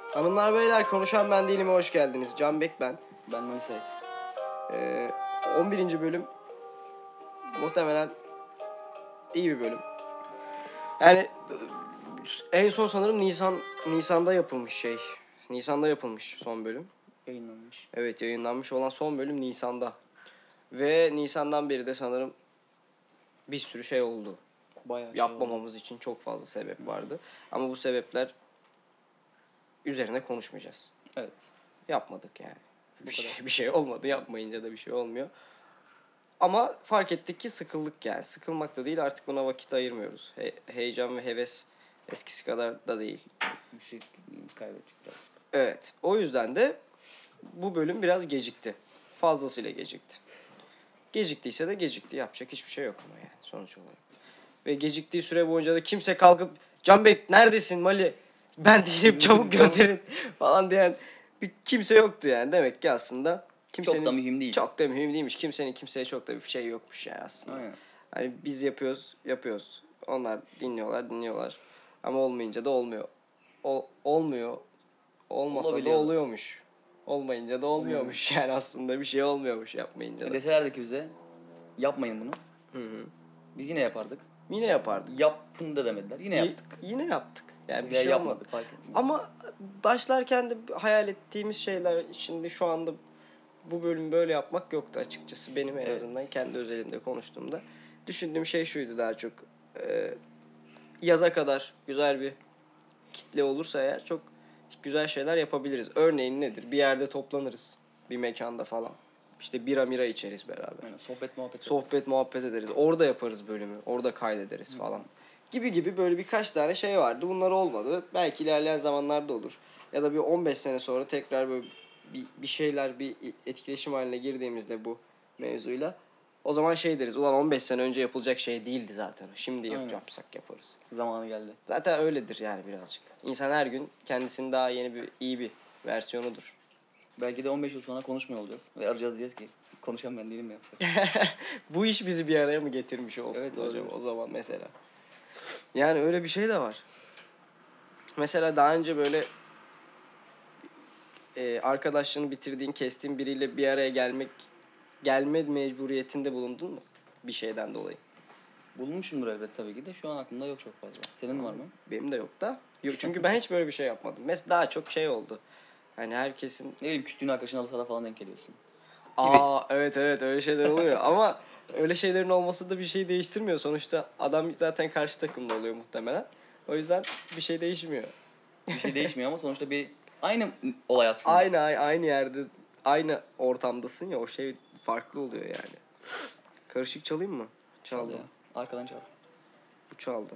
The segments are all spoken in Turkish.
Hanımlar beyler, konuşan ben değilim, hoş geldiniz. Can Bek ben. Ben Nuri Sait. 11. bölüm muhtemelen iyi bir bölüm. Yani en son sanırım Nisan'da yapılmış şey. Nisan'da yapılmış son bölüm. Yayınlanmış. Evet, yayınlanmış olan son bölüm Nisan'da. Ve Nisan'dan beri de sanırım bir sürü şey oldu. Bayağı Yapmamamız için çok fazla sebep vardı. Ama bu sebepler üzerine konuşmayacağız. Evet. Yapmadık yani. Bir şey olmadı. Yapmayınca da bir şey olmuyor. Ama fark ettik ki sıkıldık yani. Sıkılmak da değil, artık buna vakit ayırmıyoruz. Heyecan ve heves eskisi kadar da değil. Bir şey kaybettik birazcık. Evet. O yüzden de bu bölüm biraz gecikti. Fazlasıyla gecikti. Geciktiyse de gecikti. Yapacak hiçbir şey yok ama yani sonuç olarak. Ve geciktiği süre boyunca da kimse kalkıp "Can Bek neredesin Mali? Ben değilim, çabuk gönderin" falan diyen bir kimse yoktu yani. Demek ki aslında kimsenin Çok da mühim değil. Çok da mühim değilmiş. Kimsenin kimseye çok da bir şey yokmuş yani aslında. Aynen. Hani biz yapıyoruz. Onlar dinliyorlar. Ama olmayınca da olmuyor. Olmuyor. Olmasa da oluyormuş. Olmayınca da olmuyormuş yani aslında bir şey olmuyormuş yapmayınca da. Deselerdi ki bize yapmayın bunu. Hı. Biz yine yapardık. Yine yapardık. Yapın da demediler. Yine yaptık. Yine yaptık. Yani bir Veya şey yapmadık, olmadı. fark etmiyor. Ama başlarken de hayal ettiğimiz şeyler, şimdi şu anda bu bölümü böyle yapmak yoktu açıkçası. Benim en azından kendi özelimde konuştuğumda düşündüğüm şey şuydu daha çok. Yaza kadar güzel bir kitle olursa eğer çok güzel şeyler yapabiliriz. Örneğin nedir? Bir yerde toplanırız. Bir mekanda falan. İşte bira içeriz beraber. Aynen, sohbet Muhabbet ederiz. Orada yaparız bölümü. Orada kaydederiz falan. Gibi böyle birkaç tane şey vardı. Bunlar olmadı. Belki ilerleyen zamanlarda olur. Ya da bir 15 sene sonra tekrar böyle bir etkileşim haline girdiğimizde bu mevzuyla, o zaman şey deriz. Ulan 15 sene önce yapılacak şey değildi zaten. Şimdi yapsak yaparız. Zamanı geldi. Zaten öyledir yani birazcık. İnsan her gün kendisinin daha iyi bir versiyonudur. Belki de 15 yıl sonra konuşmuyor olacağız. Ve arayacağız, diyeceğiz ki konuşan ben değilim mi yapsak? Bu iş bizi bir araya mı getirmiş olsun Evet, acaba olabilir. o zaman mesela. Yani öyle bir şey de var. Mesela daha önce böyle arkadaşlığını bitirdiğin, kestiğin biriyle bir araya gelme mecburiyetinde bulundun mu? Bir şeyden dolayı. Bulunmuşumdur elbet tabii ki de. Şu an aklımda yok çok fazla. Senin var mı? Benim de yok da. Yok, çünkü ben hiç böyle bir şey yapmadım. Mesela daha çok şey oldu. Hani herkesin... Ne bileyim, küstüğün arkadaşın halı sahada falan denk geliyorsun. Evet öyle şeyler oluyor ama öyle şeylerin olması da bir şey değiştirmiyor. Sonuçta adam zaten karşı takımda oluyor muhtemelen. O yüzden bir şey değişmiyor. Bir şey değişmiyor ama sonuçta aynı olay aslında. Aynı yerde, aynı ortamdasın ya, o şey farklı oluyor yani. Karışık çalayım mı? Çaldı. Ya. Arkadan çalsın. Bu çaldı.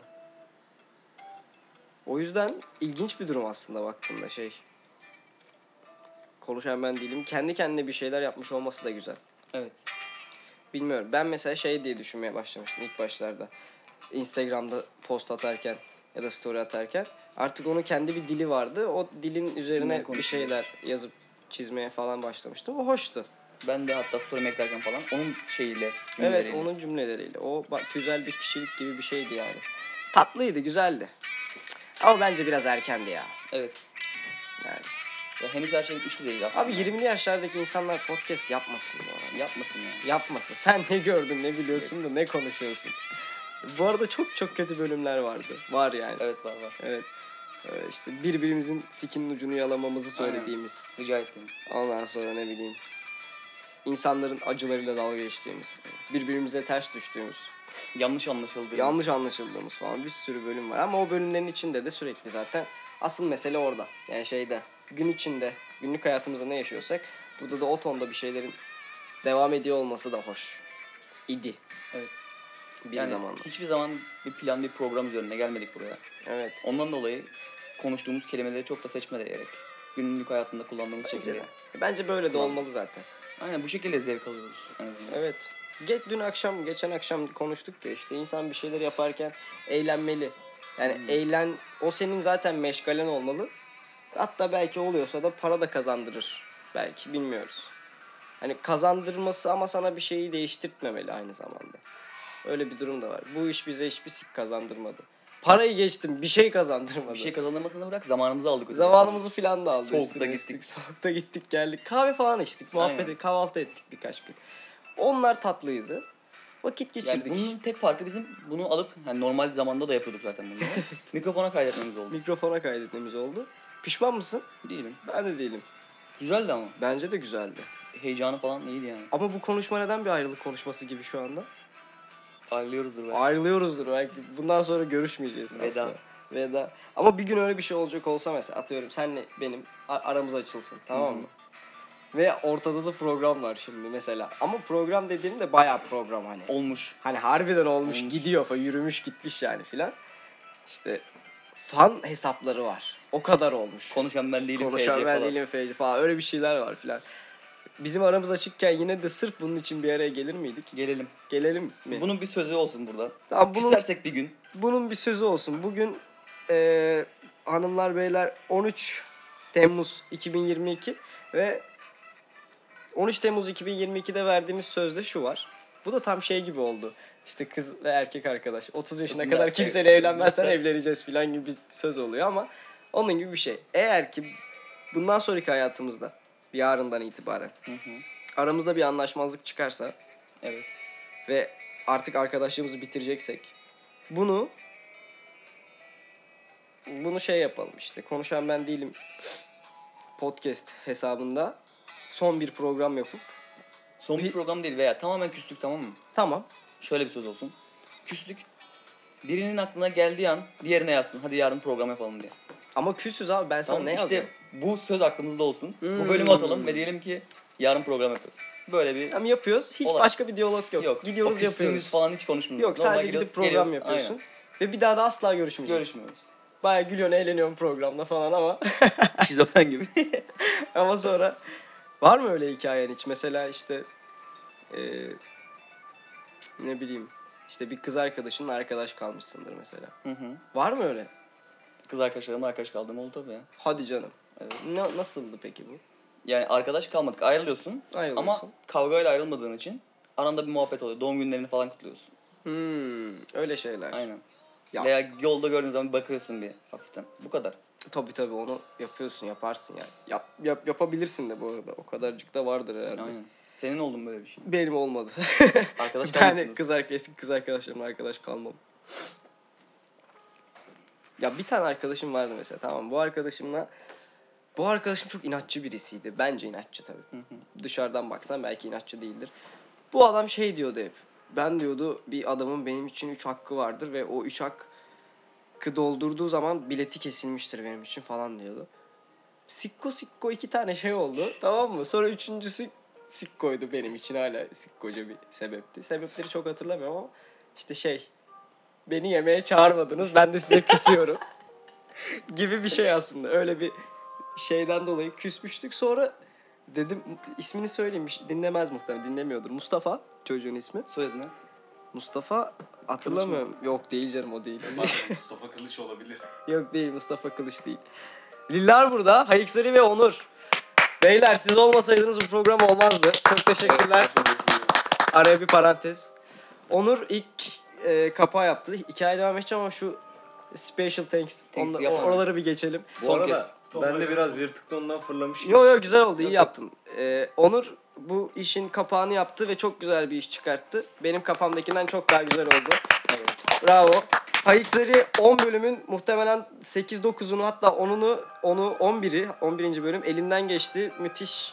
O yüzden ilginç bir durum aslında baktığında şey. Konuşan ben değilim. Kendi kendine bir şeyler yapmış olması da güzel. Evet. Bilmiyorum. Ben mesela şey diye düşünmeye başlamıştım ilk başlarda. Instagram'da post atarken ya da story atarken. Artık onun kendi bir dili vardı. O dilin üzerine bir şeyler yazıp çizmeye falan başlamıştım. O hoştu. Ben de hatta story eklerken falan onun şeyiyle, cümleleriyle. Evet, onun cümleleriyle. O tüzel bir kişilik gibi bir şeydi yani. Tatlıydı, güzeldi. Ama bence biraz erkendi ya. Evet. Yani. Ya henüz her şey bitmişti değil aslında. Abi 20'li yaşlardaki insanlar podcast yapmasın bu arada. Yapmasın ya. Yapmasın. Sen ne gördün, ne biliyorsun da ne konuşuyorsun. Bu arada çok kötü bölümler vardı. Var yani. Evet, var. Evet. İşte birbirimizin sikinin ucunu yalamamızı söylediğimiz. Aynen. Rica ettiğimiz. Ondan sonra ne bileyim. İnsanların acılarıyla dalga geçtiğimiz. Birbirimize ters düştüğümüz. Yanlış anlaşıldığımız falan bir sürü bölüm var. Ama o bölümlerin içinde de sürekli zaten asıl mesele orada. Yani şeyde, gün içinde, günlük hayatımızda ne yaşıyorsak burada da o tonda bir şeylerin devam ediyor olması da hoş idi. Evet. Bir zamanla. Hiçbir zaman bir plan, bir program üzerine gelmedik buraya. Evet. Ondan dolayı konuştuğumuz kelimeleri çok da seçmeye gerek. Günlük hayatında kullandığımız şekilde. Bence böyle de olmalı zaten. Aynen, bu şekilde zevk alıyoruz en azından. Evet. Geçen akşam konuştuk ya, işte insan bir şeyler yaparken eğlenmeli. Yani o senin zaten meşgalen olmalı. Hatta belki oluyorsa da para da kazandırır. Belki, bilmiyoruz. Hani kazandırması ama sana bir şeyi değiştirtmemeli aynı zamanda. Öyle bir durum da var. Bu iş bize hiçbir sik kazandırmadı. Parayı geçtim, bir şey kazandırmadı. Bir şey kazanılmasını bırak, zamanımızı aldık. Zamanımızı filan da aldı. Soğukta üstüne. gittik. Soğukta gittik geldik. Kahve falan içtik. Muhabbet Aynen. ettik. Kahvaltı ettik birkaç gün. Onlar tatlıydı. Vakit Yani geçirdik. bunun tek farkı bizim bunu alıp hani normal zamanda da yapıyorduk zaten bunu. Mikrofona kaydetmemiz oldu. Mikrofona kaydetmemiz oldu. Pişman mısın? Değilim. Ben de değilim. Güzeldi ama. Bence de güzeldi. Heyecanı falan iyiydi yani. Ama bu konuşma neden bir ayrılık konuşması gibi şu anda? Ayrılıyoruzdur belki. Ayrılıyoruzdur belki. Bundan sonra görüşmeyeceğiz Veda. aslında. Veda. Ama bir gün öyle bir şey olacak olsa mesela atıyorum senle benim aramız açılsın, tamam mı? Ve ortada da program var şimdi mesela. Ama program dediğim de bayağı program hani. Olmuş. Hani harbiden olmuş, gidiyor falan, yürümüş gitmiş yani filan. İşte fan hesapları var. O kadar olmuş. Konuşan ben değilim. Konuşan FC ben falan. değilim FC falan. Öyle bir şeyler var filan. Bizim aramız açıkken yine de sırf bunun için bir araya gelir miydik? Gelelim. Gelelim mi? Bunun bir sözü olsun burada. Tamam, Küsersek bir gün. bunun bir sözü olsun. Bugün hanımlar beyler 13 Temmuz 2022 ve 13 Temmuz 2022'de verdiğimiz sözde şu var. Bu da tam şey gibi oldu. İşte kız ve erkek arkadaş. 30 yaşına Aslında kadar kimseyle evlenmezsen cidden. evleneceğiz falan gibi bir söz oluyor ama onun gibi bir şey. Eğer ki bundan sonraki hayatımızda yarından itibaren aramızda bir anlaşmazlık çıkarsa Evet. ve artık arkadaşlığımızı bitireceksek bunu şey yapalım işte. Konuşan ben değilim podcast hesabında son bir program yapıp Son bir program değil veya tamamen küstük, tamam mı? tamam. Şöyle bir söz olsun. Küstük. Birinin aklına geldiği an diğerine yazsın. Hadi yarın program yapalım diye. Ama küsüz abi, ben sana Tamam, ne işte yazacağım? bu söz aklımızda olsun. Bu bölümü atalım ve diyelim ki yarın program yapıyoruz. Böyle bir Tamam, yapıyoruz. Hiç olay. başka bir diyalog yok. yok. Gidiyoruz O küstüğümüz yapıyoruz. falan hiç konuşmuyoruz. Yok, Normal sadece gidiyoruz, gidip program geliyoruz. yapıyorsun. Aynen. Ve bir daha da asla görüşmeyeceğiz. Görüşmüyoruz. Bayağı gülüyorsun, eğleniyorsun programda falan ama Şizofren gibi. ama sonra var mı öyle hikayen hiç? Mesela işte ne bileyim işte bir kız arkadaşınla arkadaş kalmışsındır mesela. Var mı öyle? Kız arkadaşlarımla arkadaş kaldığım oldu tabii ya. Hadi canım. Evet. Nasıldı peki bu? Yani arkadaş kalmadık, ayrılıyorsun. Ayrılıyorsun. Ama kavgayla ayrılmadığın için aranda bir muhabbet oluyor. Doğum günlerini falan kutluyorsun. Öyle şeyler. Aynen. Ya. Veya yolda gördüğün zaman bakıyorsun bir hafiften. Bu kadar. Tabii onu yapıyorsun, yaparsın yani. Yapabilirsin de bu arada. O kadarcık da vardır herhalde. Aynen. Senin oldu mu böyle bir şey? Benim olmadı. Arkadaş Ben kalmışsınız. eski kız arkadaşlarımla arkadaş kalmam. Ya bir tane arkadaşım vardı mesela, tamam. Bu arkadaşım çok inatçı birisiydi. Bence inatçı tabii. Dışarıdan baksan belki inatçı değildir. Bu adam şey diyordu hep. Ben diyordu bir adamın benim için 3 hakkı vardır ve o 3 hakkı doldurduğu zaman bileti kesilmiştir benim için falan diyordu. Sikko 2 tane şey oldu, tamam mı? Sonra üçüncüsü sikkoydu benim için, hala sikkoca bir sebepti. Sebepleri çok hatırlamıyorum ama işte beni yemeğe çağırmadınız, ben de size küsüyorum gibi bir şey aslında. Öyle bir şeyden dolayı küsmüştük. Sonra dedim ismini söyleyeyim, dinlemez muhtemelen, dinlemiyordur. Mustafa çocuğun ismi. Soyadın ne? Mustafa hatırlamıyorum. Yok değil canım, o değil. Mustafa Kılıç olabilir. Yok değil, Mustafa Kılıç değil. Lillar burada, Hayıksari ve Onur. Beyler siz olmasaydınız bu program olmazdı. Çok teşekkürler. Araya bir parantez. Onur ilk kapağı yaptı. Hikaye devam edeceğim ama şu special thanks. Yapalım. Oraları bir geçelim. Bu Son arada kez. ben de biraz yırtıkta ondan fırlamışım. Yo güzel oldu, iyi yaptın. Onur bu işin kapağını yaptı ve çok güzel bir iş çıkarttı. Benim kafamdakinden çok daha güzel oldu. Evet. Bravo. Hayıksari 10 bölümün muhtemelen 8-9'unu, hatta 10'u 11. bölüm elinden geçti. Müthiş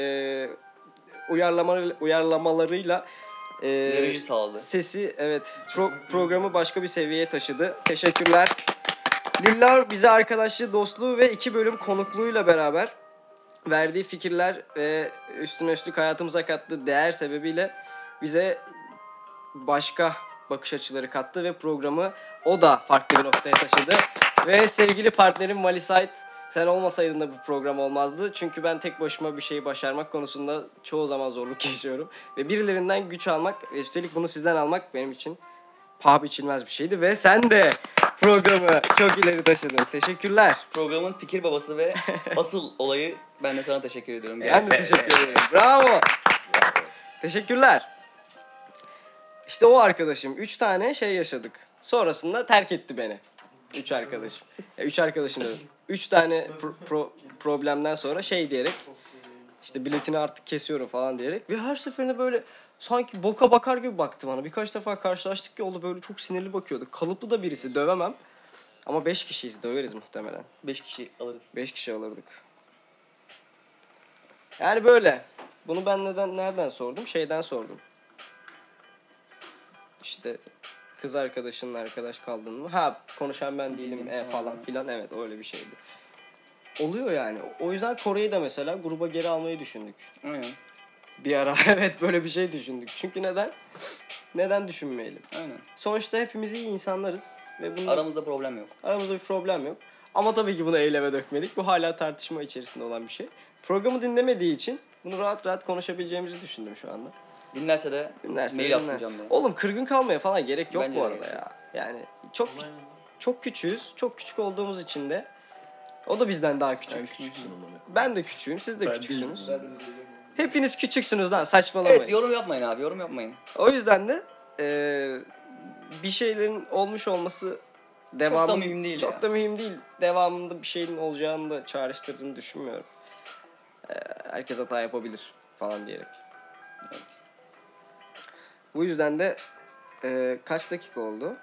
uyarlamalarıyla Reji sağladı. sesi programı başka bir seviyeye taşıdı. Teşekkürler. Lillar bize arkadaşlığı, dostluğu ve 2 bölüm konukluğuyla beraber verdiği fikirler ve üstüne üstlük hayatımıza kattığı değer sebebiyle bize başka bakış açıları kattı ve programı o da farklı bir noktaya taşıdı. Ve sevgili partnerim Malisite, sen olmasaydın da bu program olmazdı. Çünkü ben tek başıma bir şeyi başarmak konusunda çoğu zaman zorluk yaşıyorum. Ve birilerinden güç almak ve üstelik bunu sizden almak benim için paha biçilmez bir şeydi. Ve sen de programı çok ileri taşıdın. Teşekkürler. Programın fikir babası ve asıl olayı, ben de sana teşekkür ediyorum. Ben de teşekkür ederim. Bravo. Teşekkürler. İşte o arkadaşım. 3 tane şey yaşadık. Sonrasında terk etti beni. 3 arkadaşım. 3 arkadaşım diyorum. 3 tane problemden sonra şey diyerek işte biletini artık kesiyorum falan diyerek ve her seferinde böyle sanki boka bakar gibi baktı bana. Birkaç defa karşılaştık ki o da böyle çok sinirli bakıyordu. Kalıplı da birisi, dövemem. Ama 5 kişiyiz, döveriz muhtemelen. 5 kişi alırız. 5 kişi alırdık. Yani böyle. Bunu ben nereden sordum? Şeyden sordum. İşte kız arkadaşınla arkadaş kaldın mı? Ha, konuşan ben değilim falan filan. Evet, öyle bir şeydi. Oluyor yani. O yüzden Kore'yi de mesela gruba geri almayı düşündük. Aynen. Bir ara evet böyle bir şey düşündük. Çünkü neden? Neden düşünmeyelim? Aynen. Sonuçta hepimiz iyi insanlarız. Ve Aramızda problem yok. aramızda bir problem yok. Ama tabii ki bunu eyleme dökmedik. Bu hala tartışma içerisinde olan bir şey. Programı dinlemediği için bunu rahat rahat konuşabileceğimizi düşündüm şu anda. Dinlerse de mail atsın canlı. Oğlum kırgın kalmaya falan gerek yok Bence bu de arada gerek ya. Yani çok küçüğüz. Çok küçük olduğumuz için de o da bizden daha küçük. Sen küçüksün ama. Ben de küçüğüm. Siz de Ben küçüksünüz. değilim. Hepiniz küçüksünüz lan, saçmalamayın. Evet, yorum yapmayın abi, yorum yapmayın. O yüzden de bir şeylerin olmuş olması devamı da mühim değil Çok ya. da mühim değil. Devamında bir şeyin olacağını da çağrıştırdığını düşünmüyorum. Herkes hata yapabilir falan diyerek. Evet. Bu yüzden de kaç dakika oldu?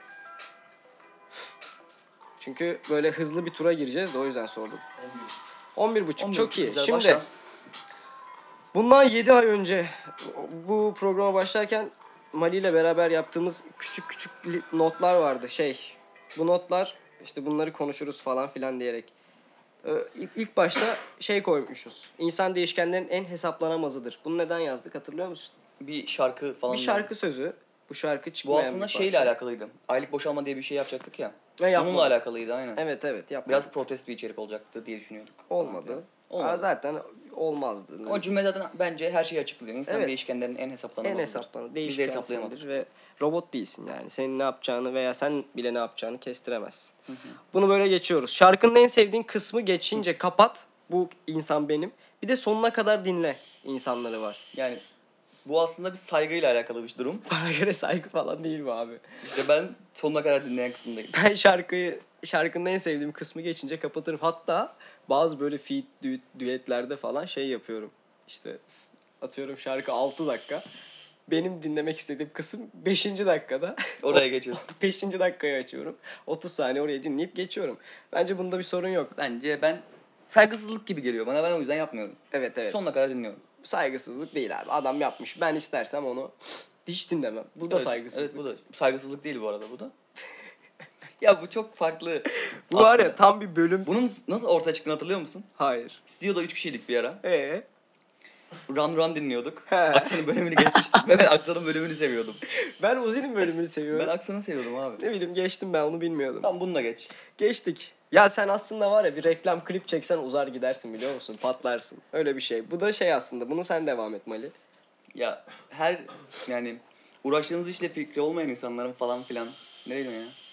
Çünkü böyle hızlı bir tura gireceğiz de o yüzden sordum. 11.30 çok iyi. Güzel, Şimdi başla. bundan 7 ay önce bu programa başlarken Mali ile beraber yaptığımız küçük küçük notlar vardı. Bu notlar işte bunları konuşuruz falan filan diyerek. İlk başta şey koymuşuz. İnsan değişkenlerin en hesaplanamazıdır. Bunu neden yazdık hatırlıyor musun? Bir şarkı falan. Bir şarkı sözü. Bu şarkı Bu çıkmayan aslında bir şeyle parça. alakalıydı. Aylık boşalma diye bir şey yapacaktık ya. Ve yapmadık. Onunla alakalıydı aynen. Evet yapmadık. Biraz protest bir içerik olacaktı diye düşünüyorduk. Olmadı. Olmadı. Zaten olmazdı. Ama cümle zaten bence her şeyi açıklıyor. İnsan Evet. değişkenlerin en hesaplanamazıdır. En hesaplanır. Biz de hesaplayamadık. Değişkensindir ve robot değilsin yani. Senin ne yapacağını veya sen bile ne yapacağını kestiremezsin. Bunu böyle geçiyoruz. Şarkının en sevdiğin kısmı geçince kapat. Bu insan benim. Bir de sonuna kadar dinle insanları var. Yani bu aslında bir saygıyla alakalı bir durum. Bana göre saygı falan değil bu abi. İşte ben sonuna kadar dinleyen kısımdayım. Ben şarkının en sevdiğim kısmı geçince kapatırım. Hatta bazı böyle feat düetlerde falan şey yapıyorum. İşte atıyorum şarkı 6 dakika. Benim dinlemek istediğim kısım 5. dakikada. Oraya geçiyorsun. 5. dakikayı açıyorum. 30 saniye oraya dinleyip geçiyorum. Bence bunda bir sorun yok. Bence saygısızlık gibi geliyor bana. Ben o yüzden yapmıyorum. Evet. Sonuna kadar dinliyorum. Saygısızlık değil abi. Adam yapmış. Ben istersem onu hiç dinlemem. Bu da Evet, saygısızlık. Evet bu da saygısızlık değil bu arada bu da. Ya bu çok farklı. Bu var ya Aslında. tam bir bölüm. Bunun nasıl ortaya çıktığını hatırlıyor musun? Hayır. Stüdyoda 3 kişiydik bir ara. Run Run dinliyorduk. He. Aksan'ın bölümünü geçmiştik ve ben Aksan'ın bölümünü seviyordum. Ben Uzi'nin bölümünü seviyorum. Ben Aksan'ı seviyordum abi. Ne bileyim geçtim ben onu bilmiyordum. Tamam bununla geç. Geçtik. Ya sen aslında var ya bir reklam klip çeksen uzar gidersin biliyor musun? Patlarsın. Öyle bir şey. Bu da şey aslında. Bunu sen devam et Mali. Ya yani uğraştığınız işle fikri olmayan insanların falan filan. Nereye gidiyorsun ya?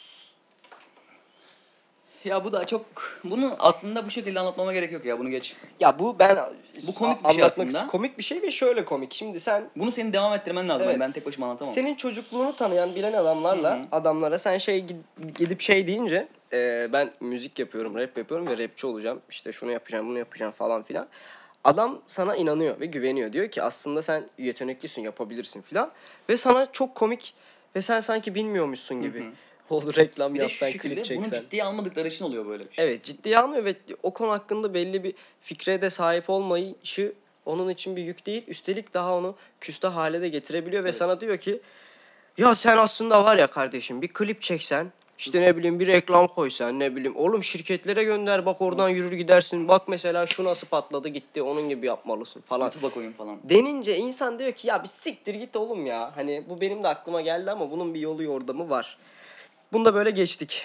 Ya bu da bunu aslında bu şekilde anlatmama gerek yok ya bunu geç. Ya bu Bu komik bir şey aslında. Komik bir şey ve şöyle komik. Şimdi sen Bunu senin devam ettirmen lazım. Evet. Yani ben tek başıma anlatamam. senin çocukluğunu tanıyan bilen adamlara sen gidip şey deyince ben müzik yapıyorum, rap yapıyorum ve rapçi olacağım. İşte şunu yapacağım, bunu yapacağım falan filan. Adam sana inanıyor ve güveniyor. Diyor ki aslında sen yeteneklisin, yapabilirsin filan. Ve sana çok komik ve sen sanki bilmiyormuşsun gibi. Oldu reklam Bir de şu yapsan, şekilde klip çeksen. bunu ciddiye almadıkları için oluyor böyle bir şey. Evet, ciddiye almıyor ve o konu hakkında belli bir fikre de sahip olmayışı onun için bir yük değil. Üstelik daha onu küstah hale de getirebiliyor ve Evet. sana diyor ki ya sen aslında var ya kardeşim bir klip çeksen işte ne bileyim bir reklam koysan ne bileyim oğlum şirketlere gönder bak oradan yürür gidersin bak mesela şu nasıl patladı gitti onun gibi yapmalısın falan. YouTube'a koyun falan. Denince insan diyor ki ya bir siktir git oğlum ya. Hani bu benim de aklıma geldi ama bunun bir yolu yordamı var. Bunu da böyle geçtik.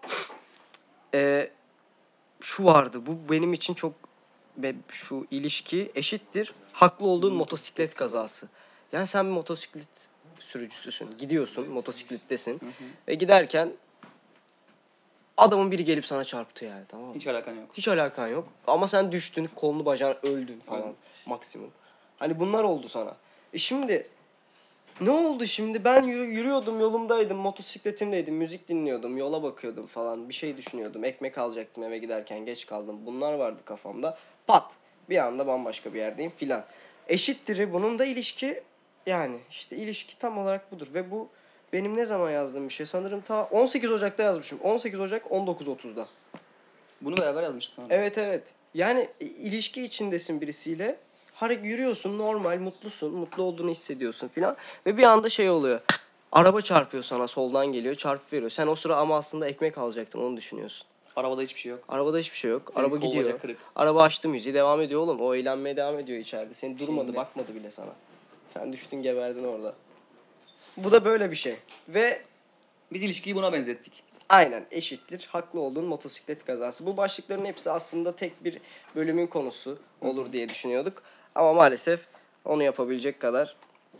Şu vardı. Bu benim için çok şu ilişki eşittir. Haklı olduğun motosiklet kazası. Yani sen bir motosiklet sürücüsüsün. Gidiyorsun, motosiklettesin. Ve giderken adamın biri gelip sana çarptı yani, tamam mı? Hiç alakan yok. Hiç alakan yok. Ama sen düştün, kolunu bacağını öldün falan Evet. maksimum. Hani bunlar oldu sana. Şimdi Ne oldu şimdi? Ben yürüyordum, yolumdaydım, motosikletimdeydim, müzik dinliyordum, yola bakıyordum falan. Bir şey düşünüyordum. Ekmek alacaktım eve giderken, geç kaldım. Bunlar vardı kafamda. Pat! Bir anda bambaşka bir yerdeyim filan. Eşittir bunun da ilişki, yani işte ilişki tam olarak budur. Ve bu benim ne zaman yazdığım bir şey. Sanırım ta 18 Ocak'ta yazmışım. 18 Ocak 19.30'da. Bunu beraber yazmıştık abi. Evet evet. Yani ilişki içindesin birisiyle. Yürüyorsun, normal, mutlusun. Mutlu olduğunu hissediyorsun filan. Ve bir anda şey oluyor. Araba çarpıyor sana, soldan geliyor, çarpıp veriyor. Sen o sıra ama aslında ekmek alacaktın, onu düşünüyorsun. Arabada hiçbir şey yok. Arabada hiçbir şey yok. Senin Araba kol gidiyor. bacak kırık. Araba açtı, müziği devam ediyor oğlum. O eğlenmeye devam ediyor içeride. Seni durmadı, Şeyinde. bakmadı bile sana. Sen düştün, geberdin orada. Bu da böyle bir şey. Ve Biz ilişkiyi buna benzettik. aynen eşittir. Haklı olduğun motosiklet kazası. Bu başlıkların hepsi aslında tek bir bölümün konusu olur diye düşünüyorduk. Ama maalesef onu yapabilecek kadar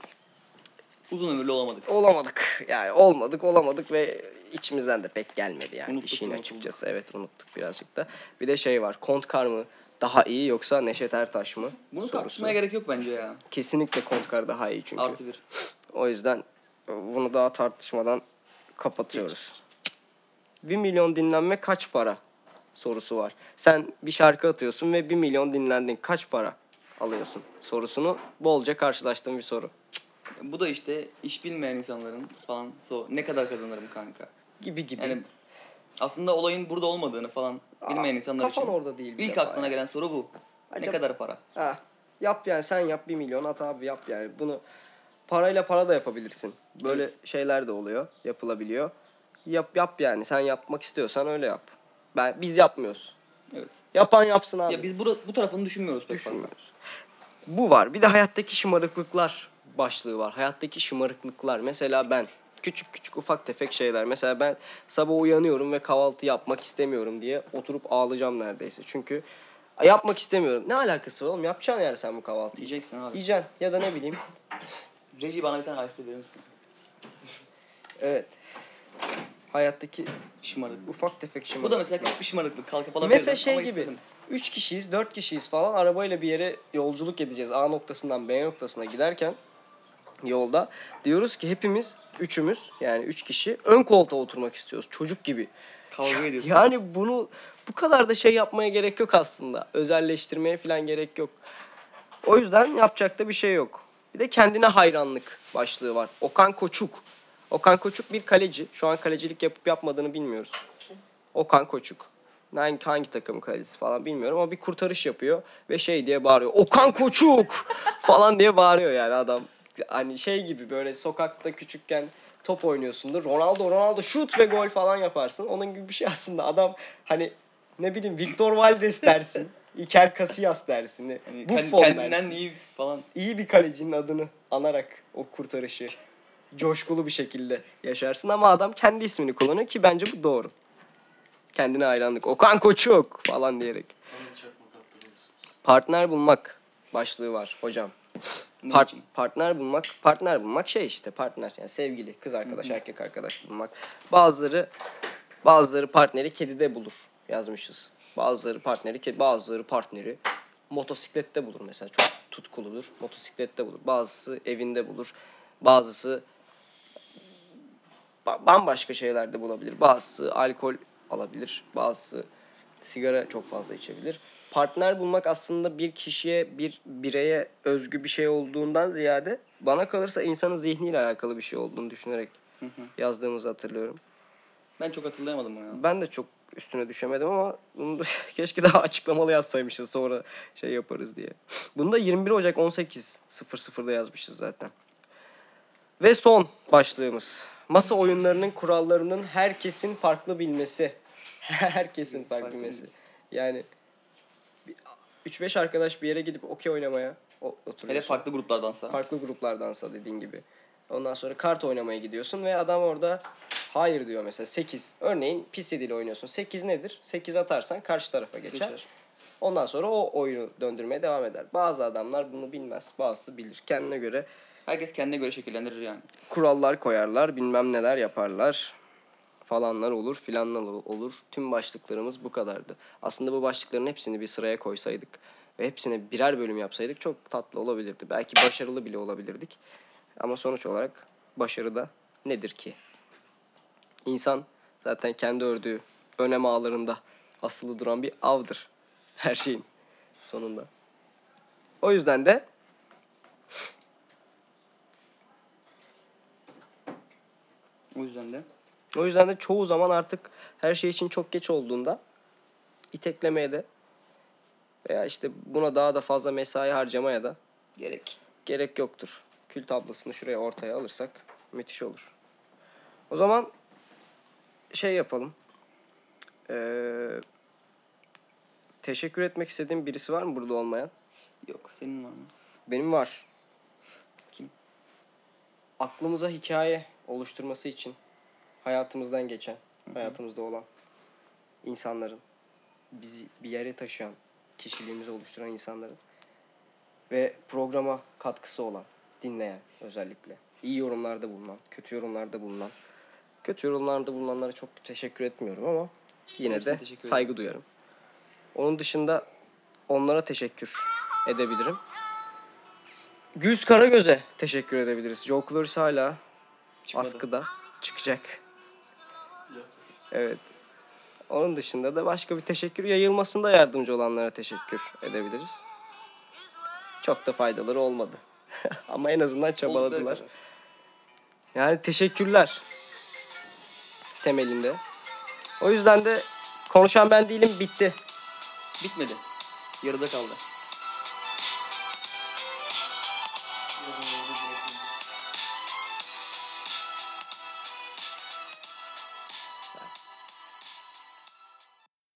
Uzun ömürlü olamadık. olamadık. Yani olamadık ve içimizden de pek gelmedi yani Unuttuk, işin unutuldu. açıkçası. Evet, unuttuk birazcık da. Bir de şey var. Kontkar mı daha iyi yoksa Neşet Ertaş mı? Bunu sorusu. tartışmaya gerek yok bence ya. Kesinlikle Kontkar daha iyi çünkü. Artı bir. O yüzden bunu daha tartışmadan kapatıyoruz. 1 milyon dinlenme kaç para sorusu var. Sen bir şarkı atıyorsun ve 1 milyon dinlendin. Kaç para alıyorsun sorusunu bolca karşılaştığım bir soru. Bu da işte iş bilmeyen insanların falan ne kadar kazanırım kanka. Gibi. Yani aslında olayın burada olmadığını falan bilmeyen insanlar kafan için. orada değil bir İlk defa aklına yani. gelen soru bu. Ne Acaba- kadar para? Ha, yap yani, sen yap 1 milyon at abi, yap yani. Bunu parayla para da yapabilirsin. Böyle Evet. şeyler de oluyor, yapılabiliyor. Yap yani, sen yapmak istiyorsan öyle yap. Biz yapmıyoruz. Evet. Yapan yapsın abi. Ya biz bu tarafını düşünmüyoruz pek fazla. Düşünmüyoruz. Bu var. Bir de hayattaki şımarıklıklar başlığı var. Hayattaki şımarıklıklar. Mesela ben küçük ufak tefek şeyler. Mesela ben sabah uyanıyorum ve kahvaltı yapmak istemiyorum diye oturup ağlayacağım neredeyse. Çünkü yapmak istemiyorum. Ne alakası var oğlum? Yapacaksın yani sen bu kahvaltıyı. Diyeceksin abi. Yiyeceksin ya da ne bileyim. Reji bana bir tane ice verir misin? Evet. Hayattaki Şımarık. ufak tefek Bu şımarıklık. da mesela küçük bir şımarıklık. Kalkıp alabilirim Mesela şey ama gibi. istedim. 3 kişiyiz, 4 kişiyiz falan, arabayla bir yere yolculuk edeceğiz. A noktasından B noktasına giderken yolda diyoruz ki hepimiz, üçümüz yani 3 kişi ön koltuğa oturmak istiyoruz. Çocuk gibi. Kavga ediyorsun. Yani bu kadar da şey yapmaya gerek yok aslında. Özelleştirmeye falan gerek yok. O yüzden yapacak da bir şey yok. Bir de kendine hayranlık başlığı var. Okan Koçuk. Okan Koçuk bir kaleci. Şu an kalecilik yapıp yapmadığını bilmiyoruz. Okan Koçuk. Hangi takımın kalecisi falan bilmiyorum ama bir kurtarış yapıyor ve şey diye bağırıyor. Okan Koçuk falan diye bağırıyor yani adam. Hani şey gibi, böyle sokakta küçükken top oynuyorsundur. Ronaldo şut ve gol falan yaparsın. Onun gibi bir şey aslında. Adam hani ne bileyim Victor Valdes dersin. Iker Casillas dersin. Yani Buffon kendinden dersin. iyi falan. İyi bir kalecinin adını anarak o kurtarışı coşkulu bir şekilde yaşarsın ama adam kendi ismini kullanıyor ki bence bu doğru. Kendine hayranlık. Okan Koçuk falan diyerek. Partner bulmak başlığı var hocam. Ne için? Partner bulmak şey işte, partner yani sevgili, kız arkadaş, erkek arkadaş bulmak. Bazıları partneri kedide bulur yazmışız. Bazıları partneri motosiklette bulur mesela, çok tutkuludur. Motosiklette bulur. Bazısı evinde bulur. Bazısı bambaşka şeylerde bulabilir. Bazısı alkol alabilir. Bazısı sigara çok fazla içebilir. Partner bulmak aslında bir kişiye, bir bireye özgü bir şey olduğundan ziyade bana kalırsa insanın zihniyle alakalı bir şey olduğunu düşünerek yazdığımızı hatırlıyorum. Ben çok hatırlayamadım bunu ya. Ben de çok üstüne düşemedim ama bunu da keşke daha açıklamalı yazsaymışız, sonra şey yaparız diye. Bunu da 21 Ocak 18.00'da yazmışız zaten. Ve son başlığımız. Masa oyunlarının kurallarının herkesin farklı bilmesi. Herkesin farklı bilmesi. Yani 3-5 arkadaş bir yere gidip okey oynamaya oturuyorsun. Hele farklı gruplardansa. Farklı gruplardansa dediğin gibi. Ondan sonra kart oynamaya gidiyorsun ve adam orada hayır diyor mesela 8. Örneğin pis ile oynuyorsun. 8 nedir? 8 atarsan karşı tarafa geçer. Ondan sonra o oyunu döndürmeye devam eder. Bazı adamlar bunu bilmez. Bazısı bilir. Kendine göre Herkes kendine göre şekillendirir yani. kurallar koyarlar, bilmem neler yaparlar. Falanlar olur, filanlar olur. Tüm başlıklarımız bu kadardı. Aslında bu başlıkların hepsini bir sıraya koysaydık ve hepsine birer bölüm yapsaydık çok tatlı olabilirdi. Belki başarılı bile olabilirdik. Ama sonuç olarak başarı da nedir ki? İnsan zaten kendi ördüğü önem ağlarında asılı duran bir avdır. Her şeyin sonunda. O yüzden de çoğu zaman artık her şey için çok geç olduğunda iteklemeye de veya işte buna daha da fazla mesai harcamaya da gerek yoktur. Kül tablasını şuraya ortaya alırsak müthiş olur. O zaman şey yapalım. Teşekkür etmek istediğim birisi var mı burada olmayan? Yok. Senin var mı? Benim var. Kim? Aklımıza hikaye oluşturması için hayatımızdan geçen, hayatımızda olan insanların, bizi bir yere taşıyan, kişiliğimizi oluşturan insanların ve programa katkısı olan, dinleyen özellikle, iyi yorumlarda bulunan, kötü yorumlarda bulunan, kötü yorumlarda bulunanlara çok teşekkür etmiyorum ama yine Hepsine de teşekkür saygı duyarım. Onun dışında onlara teşekkür edebilirim. Güz Karagöz'e teşekkür edebiliriz. Joe Cloris hala Çıkmadı. askıda çıkacak. Evet. Onun dışında da başka bir teşekkür, yayılmasında yardımcı olanlara teşekkür edebiliriz. Çok da faydaları olmadı. Ama en azından çabaladılar. Oldukları kadar. Yani teşekkürler temelinde. O yüzden de konuşan ben değilim, bitti. Bitmedi. Yarıda kaldı.